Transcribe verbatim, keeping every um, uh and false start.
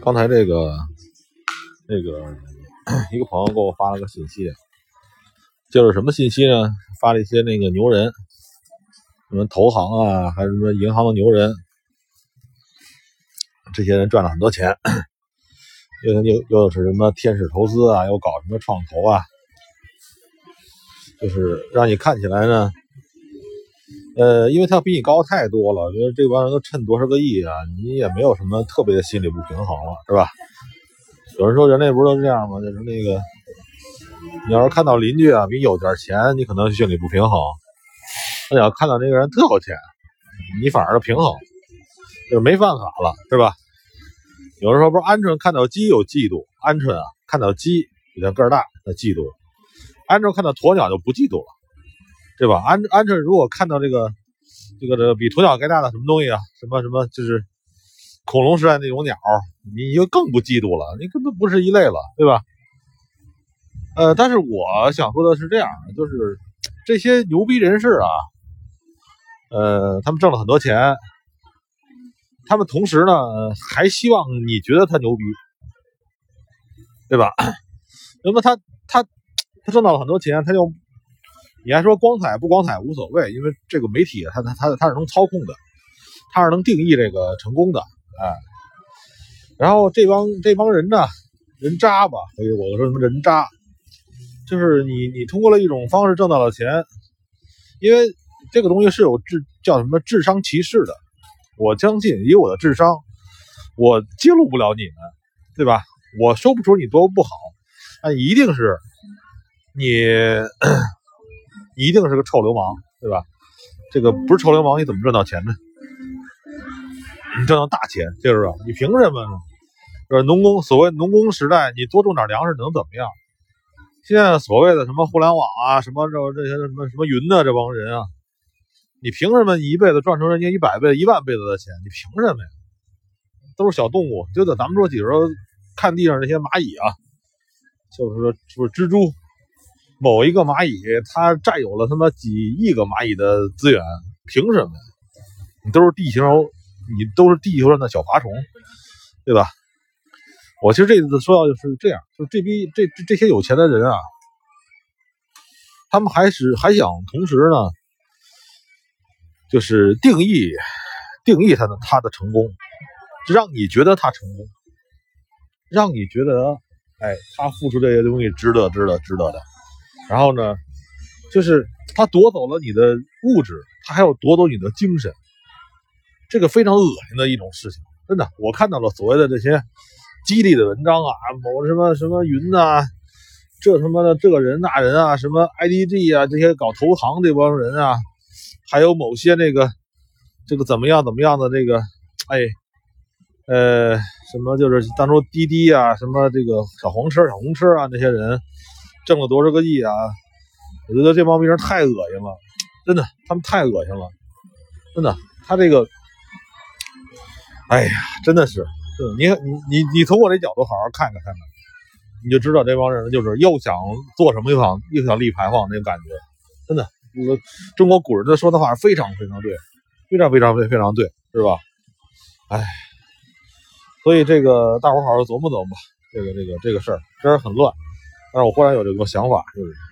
刚才这个那个一个朋友给我发了个信息，就是什么信息呢？发了一些那个牛人，什么投行啊，还是什么银行的牛人，这些人赚了很多钱，又又又是什么天使投资啊，又搞什么创投啊，就是让你看起来呢，呃，因为他比你高太多了，觉得这帮人都趁多少个亿啊，你也没有什么特别的心理不平衡了，是吧？有人说人类不是都这样吗？就是那个，你要是看到邻居啊比你有点钱，你可能心理不平衡；那你要看到那个人特有钱，你反而平衡，就是没办法了，是吧？有人说不是鹌鹑看到鸡有嫉妒，鹌鹑啊看到鸡比它个儿大，它嫉妒；鹌鹑看到鸵鸟就不嫉妒了，对吧？鹌鹌鹑如果看到这个这个这个比鸵鸟更大的什么东西啊，什么什么就是恐龙时代那种鸟，你就更不嫉妒了，你根本不是一类了，对吧？呃，但是我想说的是这样，就是这些牛逼人士啊，呃，他们挣了很多钱，他们同时呢还希望你觉得他牛逼，对吧？那么他他他挣到了很多钱，他就你还说光彩不光彩无所谓，因为这个媒体他他他他是能操控的，他是能定义这个成功的，哎。然后这帮这帮人呢，人渣吧，所以我说什么人渣，就是你你通过了一种方式挣到了钱，因为这个东西是有智叫什么智商歧视的。我相信以我的智商，我揭露不了你们，对吧？我说不出你多不好，但一定是你你一定是个臭流氓，对吧？这个不是臭流氓，你怎么赚到钱呢？你挣到大钱，就是吧？你凭什么呢？就是农工，所谓农工时代，你多种点粮食能怎么样？现在所谓的什么互联网啊，什么这这些什么什么云的这帮人啊，你凭什么你一辈子赚成人家一百倍、一万辈子的钱？你凭什么呀？都是小动物，就在咱们说几时候看地上那些蚂蚁啊，就是说就是蜘蛛，某一个蚂蚁它占有了他妈几亿个蚂蚁的资源，凭什么呀？你都是地球，你都是地球上的小爬虫，对吧？我其实这次说到就是这样，就是这批这这这些有钱的人啊，他们还是还想同时呢，就是定义定义他的他的成功，让你觉得他成功，让你觉得哎他付出这些东西值得值得值得的。然后呢，就是他夺走了你的物质，他还要夺走你的精神，这个非常恶心的一种事情。真的，我看到了所谓的这些激励的文章啊，某什么什么云啊，这什么的这个人那人啊，什么 I D G 啊，这些搞投行这帮人啊，还有某些那个这个怎么样怎么样的这个，哎，呃，什么就是当初滴滴啊，什么这个小黄车、小红车啊，那些人挣了多少个亿啊？我觉得这帮逼人太恶心了，真的，他们太恶心了，真的，他这个，哎呀，真的是。你你你从我这角度好好看看看看，你就知道这帮人就是又想做什么又想又想立牌坊那个感觉，真的，这个中国古人的说的话非常非常对，非常非常非常对，是吧？哎，所以这个大伙好好琢磨琢磨吧，这个这个这个事儿真是很乱，但是我忽然有这个想法，就是。